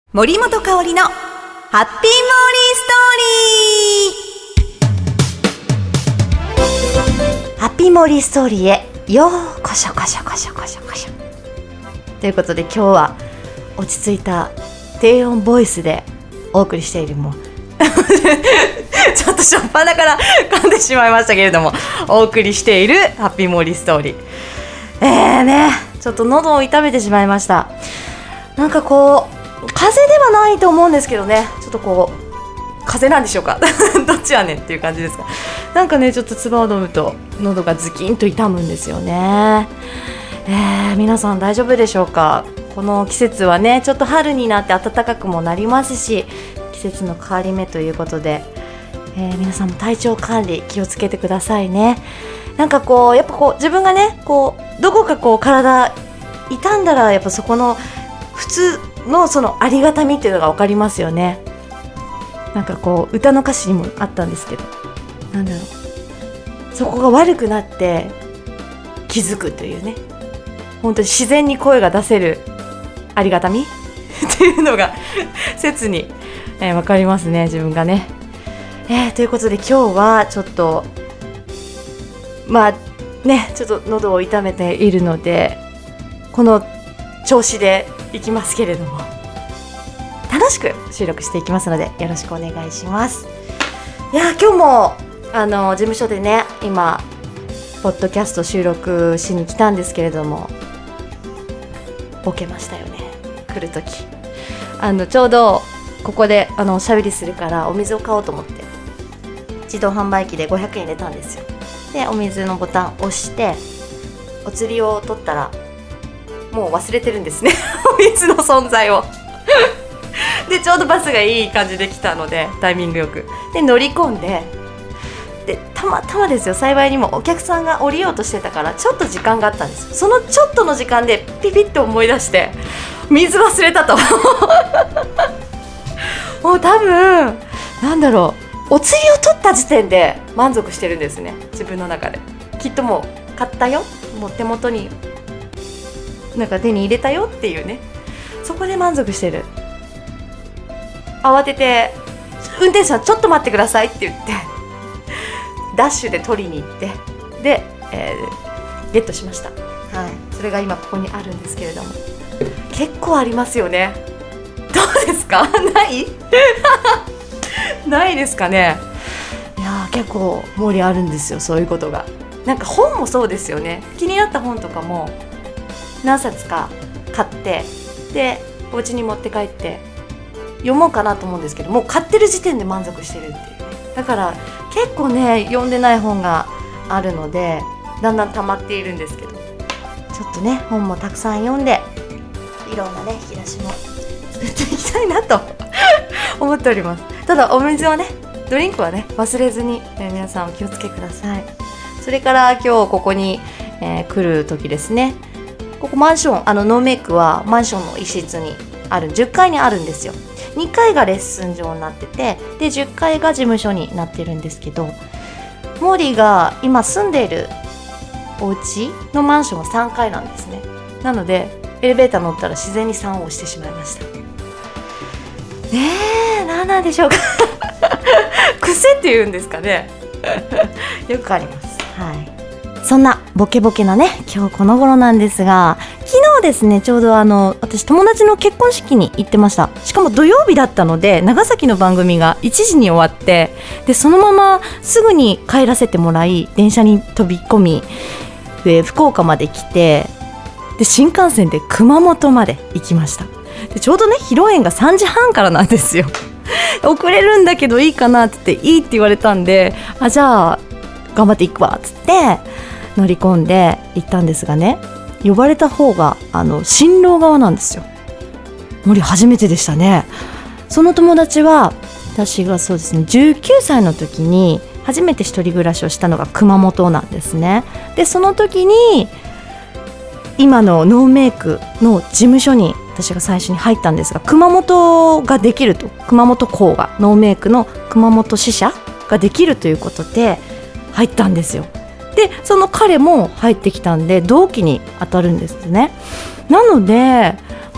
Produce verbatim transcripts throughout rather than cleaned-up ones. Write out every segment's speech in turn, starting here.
森本香里のハッピーモーリーストーリー。ハッピーモーリーストーリーへようこしょこしょこしょこしょこしょ。ということで今日は落ち着いた低音ボイスでお送りしているもちょっとしょっぱなから噛んでしまいましたけれども、お送りしているハッピーモーリーストーリー。えーね、ちょっと喉を痛めてしまいました。なんかこう風邪ではないと思うんですけどね、ちょっとこう風邪なんでしょうかどっちやねんっていう感じですが、なんかねちょっと唾を飲むと喉がズキンと痛むんですよね。えー、皆さん大丈夫でしょうか。この季節はねちょっと春になって暖かくもなりますし、季節の変わり目ということで、えー、皆さんも体調管理気をつけてくださいね。なんかこうやっぱこう自分がねこうどこかこう体痛んだらやっぱそこの普通のそのありがたみっていうのが分かりますよね。なんかこう歌の歌詞にもあったんですけど、なんだろう、そこが悪くなって気づくというね、本当に自然に声が出せるありがたみっていうのが切に、えー、分かりますね、自分がね。えー、ということで今日はちょっとまあねちょっと喉を痛めているのでこの調子でいきますけれども、楽しく収録していきますのでよろしくお願いします。いや今日もあの事務所でね今ポッドキャスト収録しに来たんですけれども、ボケましたよね。来るときあのちょうどここであのおしゃべりするからお水を買おうと思って自動販売機でごひゃくえん入れたんですよ。でお水のボタンを押してお釣りを取ったらもう忘れてるんですねお水の存在をでちょうどバスがいい感じで来たのでタイミングよくで乗り込んで、でたまたまですよ、幸いにもお客さんが降りようとしてたからちょっと時間があったんです。そのちょっとの時間でピピッと思い出して水忘れたともう多分なんだろう、お釣りを取った時点で満足してるんですね、自分の中で。きっともう買ったよ、もう手元になんか手に入れたよっていうね、そこで満足してる。慌てて運転手さんちょっと待ってくださいって言ってダッシュで取りに行ってで、えー、ゲットしました。はい、それが今ここにあるんですけれども、結構ありますよね。どうですかないないですかね。いや結構盛りあるんですよ、そういうことが。なんか本もそうですよね。気になった本とかも何冊か買ってでお家に持って帰って読もうかなと思うんですけど、もう買ってる時点で満足してるっていうね。だから結構ね読んでない本があるのでだんだん溜まっているんですけど、ちょっとね本もたくさん読んでいろんなね引き出しも作っていきたいなと思っております。ただお水はねドリンクはね忘れずに、えー、皆さんお気をつけください。それから今日ここに、えー、来る時ですね、ここマンション、あのノーメイクはマンションの一室にあるじゅっかいにあるんですよ。にかいがレッスン場になってて、でじゅっかいが事務所になってるんですけど、モーリーが今住んでいるお家のマンションはさんがいなんですね。なのでエレベーター乗ったら自然にさんを押してしまいました。ねえ、何なんでしょうか癖っていうんですかねよくあります。はい、そんなボケボケなね今日この頃なんですが、昨日ですねちょうどあの私友達の結婚式に行ってました。しかも土曜日だったので長崎の番組がいちじに終わって、でそのまますぐに帰らせてもらい電車に飛び込みで福岡まで来て、で新幹線で熊本まで行きました。でちょうどね披露宴がさんじはんからなんですよ遅れるんだけどいいかなって言っていいって言われたんで、あじゃあ頑張って行くわっつって乗り込んで行ったんですがね、呼ばれた方があの新郎側なんですよ。森初めてでしたね。その友達は私がそうですねじゅうきゅうさいの時に初めて一人暮らしをしたのが熊本なんですね。でその時に今のノーメイクの事務所に私が最初に入ったんですが、熊本ができると、熊本校がノーメイクの熊本支社ができるということで入ったんですよ。でその彼も入ってきたんで同期に当たるんですね。なので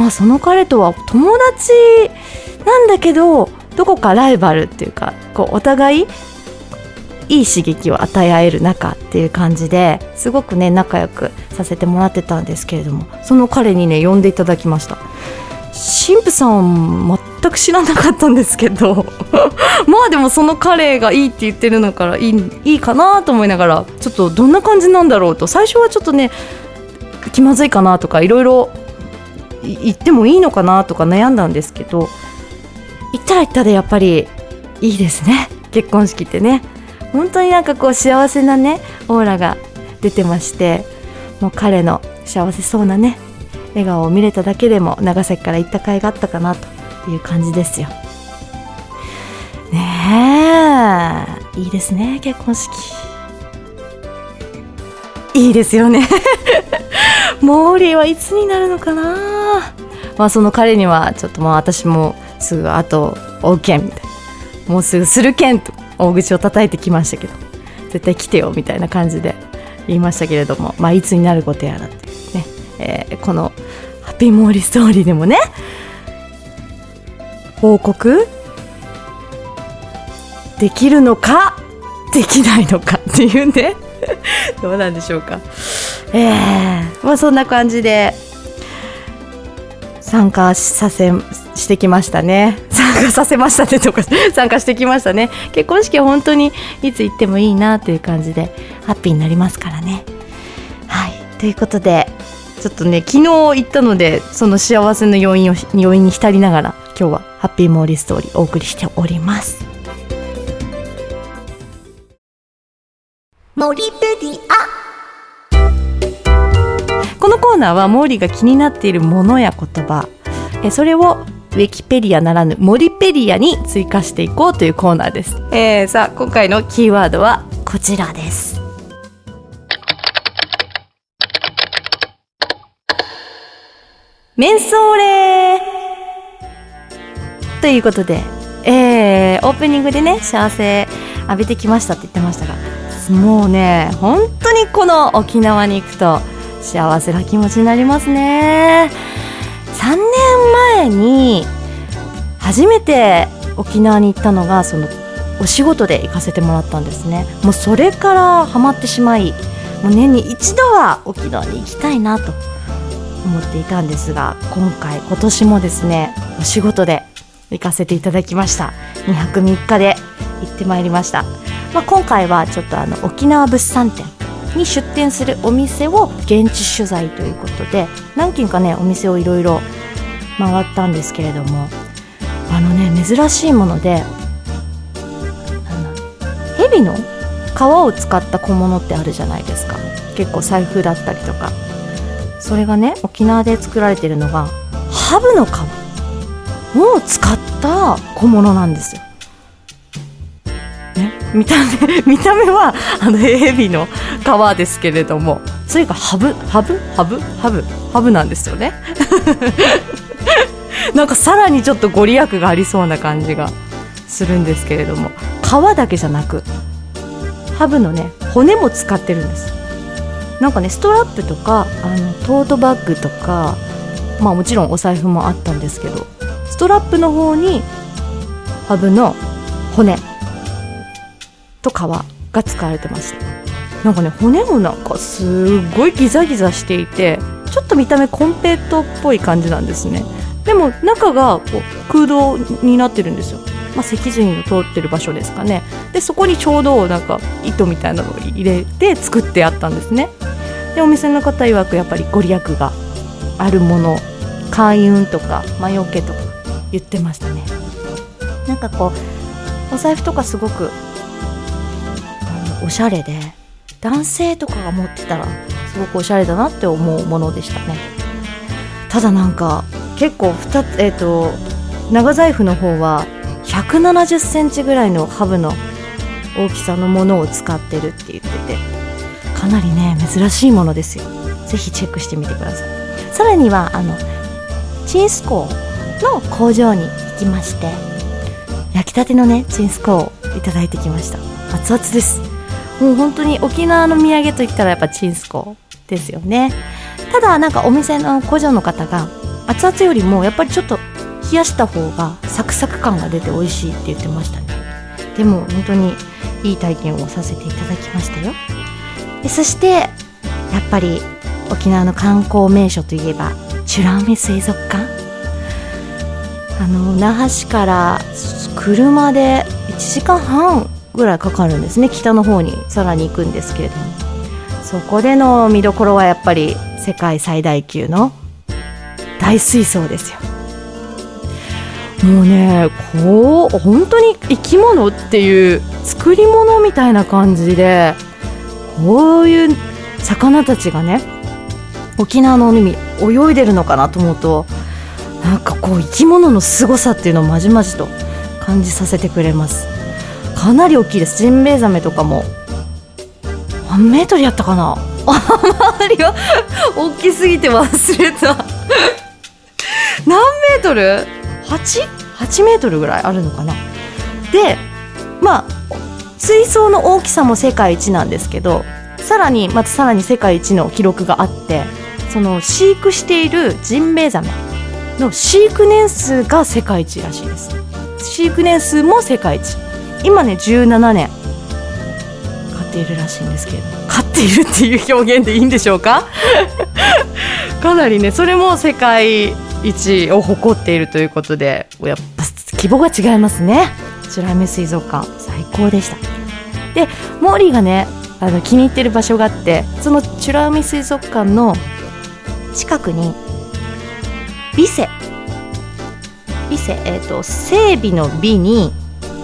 まあ、その彼とは友達なんだけどどこかライバルっていうか、こうお互いいい刺激を与え合える仲っていう感じですごくね仲良くさせてもらってたんですけれども、その彼にね呼んでいただきました。神父さん全く知らなかったんですけどまあでもその彼がいいって言ってるのからいい、いいかなと思いながら、ちょっとどんな感じなんだろうと、最初はちょっとね気まずいかなとかいろいろ言ってもいいのかなとか悩んだんですけど、行ったら行ったでやっぱりいいですね。結婚式ってね本当になんかこう幸せなねオーラが出てまして、もう彼の幸せそうなね笑顔を見れただけでも長崎から行った甲斐があったかなという感じですよね。えいいですね、結婚式いいですよねモーリーはいつになるのかな。まあその彼にはちょっとまあ私もすぐあと追うけんみたいな、もうすぐするけんと大口を叩いてきましたけど、絶対来てよみたいな感じで言いましたけれども、まあいつになることやらってね、えー、このハッピーモーリーストーリーでもね報告できるのかできないのかっていうねどうなんでしょうか。えー、まあそんな感じで参加させしてきましたね。参加させましたねとか参加してきましたね。結婚式は本当にいつ行ってもいいなという感じでハッピーになりますからね。はい、ということでちょっとね昨日行ったのでその幸せの要因を要因に浸りながら今日はハッピーモーリーストーリーお送りしております。モリペディア。このコーナーはモーリーが気になっているものや言葉、えそれをウィキペディアならぬモリペディアに追加していこうというコーナーです。えー、さあ今回のキーワードはこちらです。メンソーレということで、えー、オープニングでね幸せ浴びてきましたって言ってましたが、もうね本当にこの沖縄に行くと幸せな気持ちになりますね。さんねんまえに初めて沖縄に行ったのがそのお仕事で行かせてもらったんですね。もうそれからハマってしまい、もう年に一度は沖縄に行きたいなと思っていたんですが、今回今年もですねお仕事で行かせていただきました。にはくみっかで行ってまいりました。まあ、今回はちょっとあの沖縄物産展に出店するお店を現地取材ということで何軒かねお店をいろいろ回ったんですけれども、あのね珍しいものであの蛇の皮を使った小物ってあるじゃないですか。結構財布だったりとか、それがね沖縄で作られているのがハブの皮を使った小物なんですよ。ね、見た目見た目はあのヘビの皮ですけれども、それがハブハブハブハブハブなんですよねなんかさらにちょっとご利益がありそうな感じがするんですけれども、皮だけじゃなくハブのね骨も使ってるんです。なんかねストラップとかあのトートバッグとか、まあもちろんお財布もあったんですけど、ストラップの方にハブの骨と皮が使われてました。なんかね骨もなんかすごいギザギザしていて、ちょっと見た目コンペイトっぽい感じなんですね。でも中がこう空洞になってるんですよ。まあ、脊髄の通ってる場所ですかね。でそこにちょうどなんか糸みたいなのを入れて作ってあったんですね。でお店の方曰くやっぱりご利益があるもの、開運とか魔除けとか言ってましたね。なんかこうお財布とかすごくおしゃれで、男性とかが持ってたらすごくおしゃれだなって思うものでしたね。ただなんか結構ふたつ、えーと、長財布の方はひゃくななじゅっセンチぐらいのハブの大きさのものを使ってるって言ってて、かなりね珍しいものですよ。ぜひチェックしてみてください。さらにはあのチンスコーの工場に行きまして、焼きたてのねチンスコーをいただいてきました。熱々です。もう本当に沖縄の土産といったらやっぱチンスコーですよね。ただなんかお店の工場の方が熱々よりもやっぱりちょっと冷やした方がサクサク感が出て美味しいって言ってましたね。でも本当にいい体験をさせていただきましたよ。でそしてやっぱり沖縄の観光名所といえば美ら海水族館。あの那覇市から車でいちじかんはんぐらいかかるんですね。北の方にさらに行くんですけれども、そこでの見どころはやっぱり世界最大級の大水槽ですよ。もうね、こう本当に生き物っていう作り物みたいな感じで、こういう魚たちがね沖縄の海泳いでるのかなと思うと、なんかこう生き物の凄さっていうのをまじまじと感じさせてくれます。かなり大きいです。ジンベエザメとかも何メートルやったかな、周りは大きすぎて忘れた何メートル はち? はちメートルぐらいあるのかな。でまあ水槽の大きさも世界一なんですけど、さらにまたさらに世界一の記録があって、その飼育しているジンベエザメの飼育年数が世界一らしいです。飼育年数も世界一。今ねじゅうななねん飼っているらしいんですけれど、飼っているっていう表現でいいんでしょうかかなりねそれも世界一を誇っているということで、やっぱ規模が違いますね。美ら海水族館最高でした。でモーリーがねあの気に入ってる場所があって、その美ら海水族館の近くに美瀬美瀬、えーと整備の美に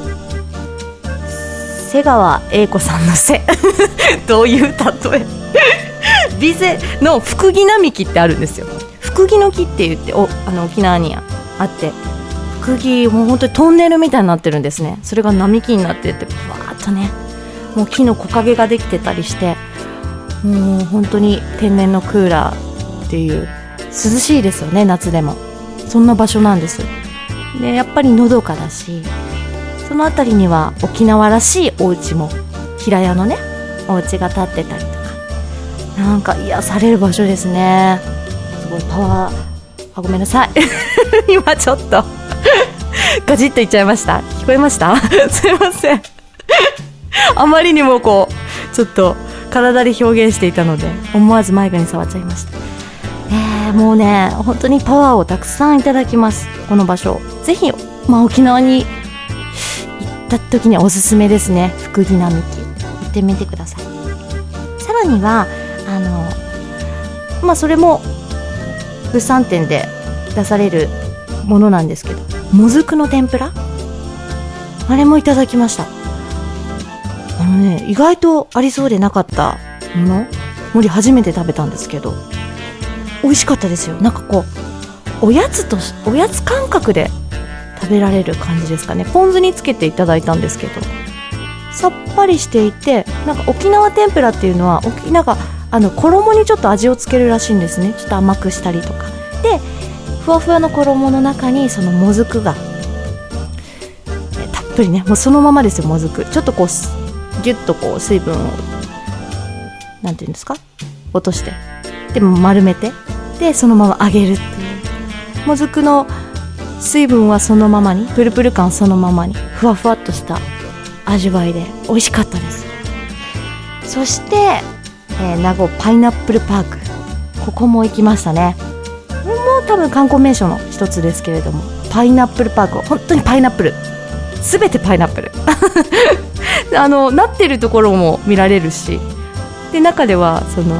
瀬川栄子さんの瀬どういう例え美瀬のフクギ並木ってあるんですよ。フクギの木って言っておあの沖縄にあって、フクギもう本当にトンネルみたいになってるんですね。それが並木になっててバーッとね、もう木の木陰ができてたりして、もう本当に天然のクーラーっていう涼しいですよね、夏でも。そんな場所なんです。でやっぱりのどかだし、そのあたりには沖縄らしいお家も平屋のねお家が建ってたりとか、なんか癒される場所ですね。すごいパワー、あごめんなさい今ちょっとガジッといっちゃいました。聞こえましたすいませんあまりにもこうちょっと体で表現していたので思わずマイクに触っちゃいました。えー、もうね本当にパワーをたくさんいただきます。この場所ぜひ、まあ、沖縄に行った時におすすめですね。フクギ並木行ってみてください。さらにはあのまあそれも物産展で出されるものなんですけど、もずくの天ぷら、あれもいただきました。あのね意外とありそうでなかったもの、森初めて食べたんですけど美味しかったですよ。なんかこうおやつとおやつ感覚で食べられる感じですかね。ポン酢につけていただいたんですけどさっぱりしていて、なんか沖縄天ぷらっていうのは沖なんかあの衣にちょっと味をつけるらしいんですね。ちょっと甘くしたりとかで、ふわふわの衣の中にそのもずくがえたっぷりね、もうそのままですよ。もずくちょっとこうギュッとこう水分をなんていうんですか落として、でも丸めて、でそのまま揚げるっていう、もずくの水分はそのままに、プルプル感そのままに、ふわふわっとした味わいで美味しかったです。そして、えー、名護パイナップルパーク、ここも行きましたね。これも多分観光名所の一つですけれども、パイナップルパークは本当にパイナップル、すべてパイナップルあのなってるところも見られるし、で中ではその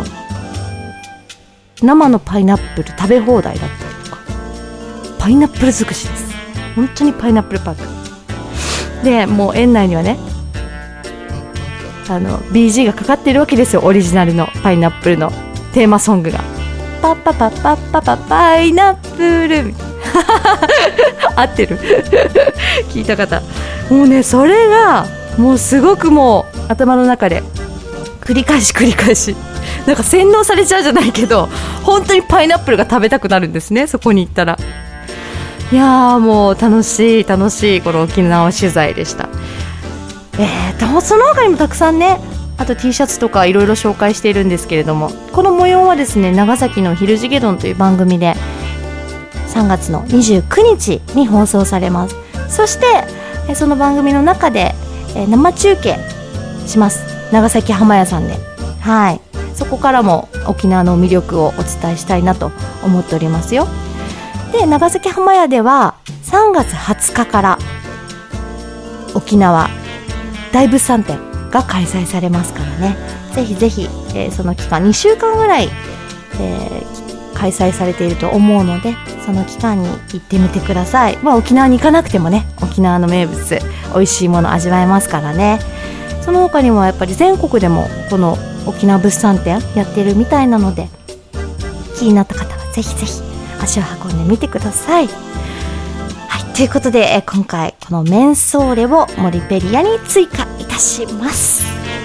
生のパイナップル食べ放題だったりとか、パイナップル尽くしです。本当にパイナップルパークで、もう園内にはねあの ビージー がかかっているわけですよ。オリジナルのパイナップルのテーマソングがパッパパッパッパパパイナップル合ってる聞いた方もうね、それがもうすごくもう頭の中で繰り返し繰り返しなんか洗脳されちゃうじゃないけど、本当にパイナップルが食べたくなるんですね、そこに行ったら。いやーもう楽しい楽しいこの沖縄取材でした。えーとその他にもたくさんね、あと T シャツとかいろいろ紹介しているんですけれども、この模様はですね長崎のひるじげどんという番組でさんがつのにじゅうくにちに放送されます。そしてその番組の中で生中継します。長崎浜屋さんで、はい、そこからも沖縄の魅力をお伝えしたいなと思っておりますよ。で、長崎浜屋ではさんがつはつかから沖縄大物産展が開催されますからね、ぜひぜひ、えー、その期間にしゅうかんぐらい、えー、開催されていると思うので、その期間に行ってみてください。まあ、沖縄に行かなくてもね、沖縄の名物美味しいもの味わえますからね。その他にもやっぱり全国でもこの沖縄物産展やってるみたいなので、気になった方はぜひぜひ足を運んでみてください。はい、ということで今回このメンソーレをモリペリアに追加いたします。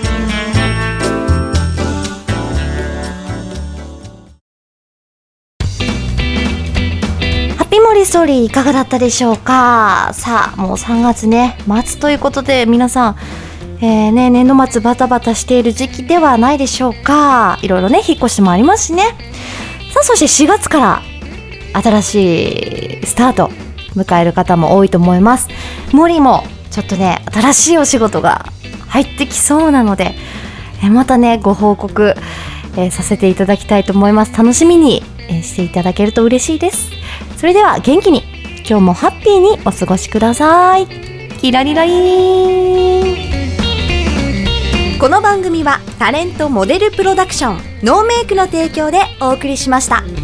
ハッピーモリストーリーいかがだったでしょうか。さあ、もうさんがつね末ということで、皆さんえーね、年度末バタバタしている時期ではないでしょうか。いろいろね、引っ越しもありますしね。さあ、そしてしがつから新しいスタート迎える方も多いと思います。森もちょっとね、新しいお仕事が入ってきそうなので、えまたねご報告、えー、させていただきたいと思います。楽しみに、えー、していただけると嬉しいです。それでは元気に今日もハッピーにお過ごしください。キラリラリー。この番組はタレントモデルプロダクションノーメイクの提供でお送りしました。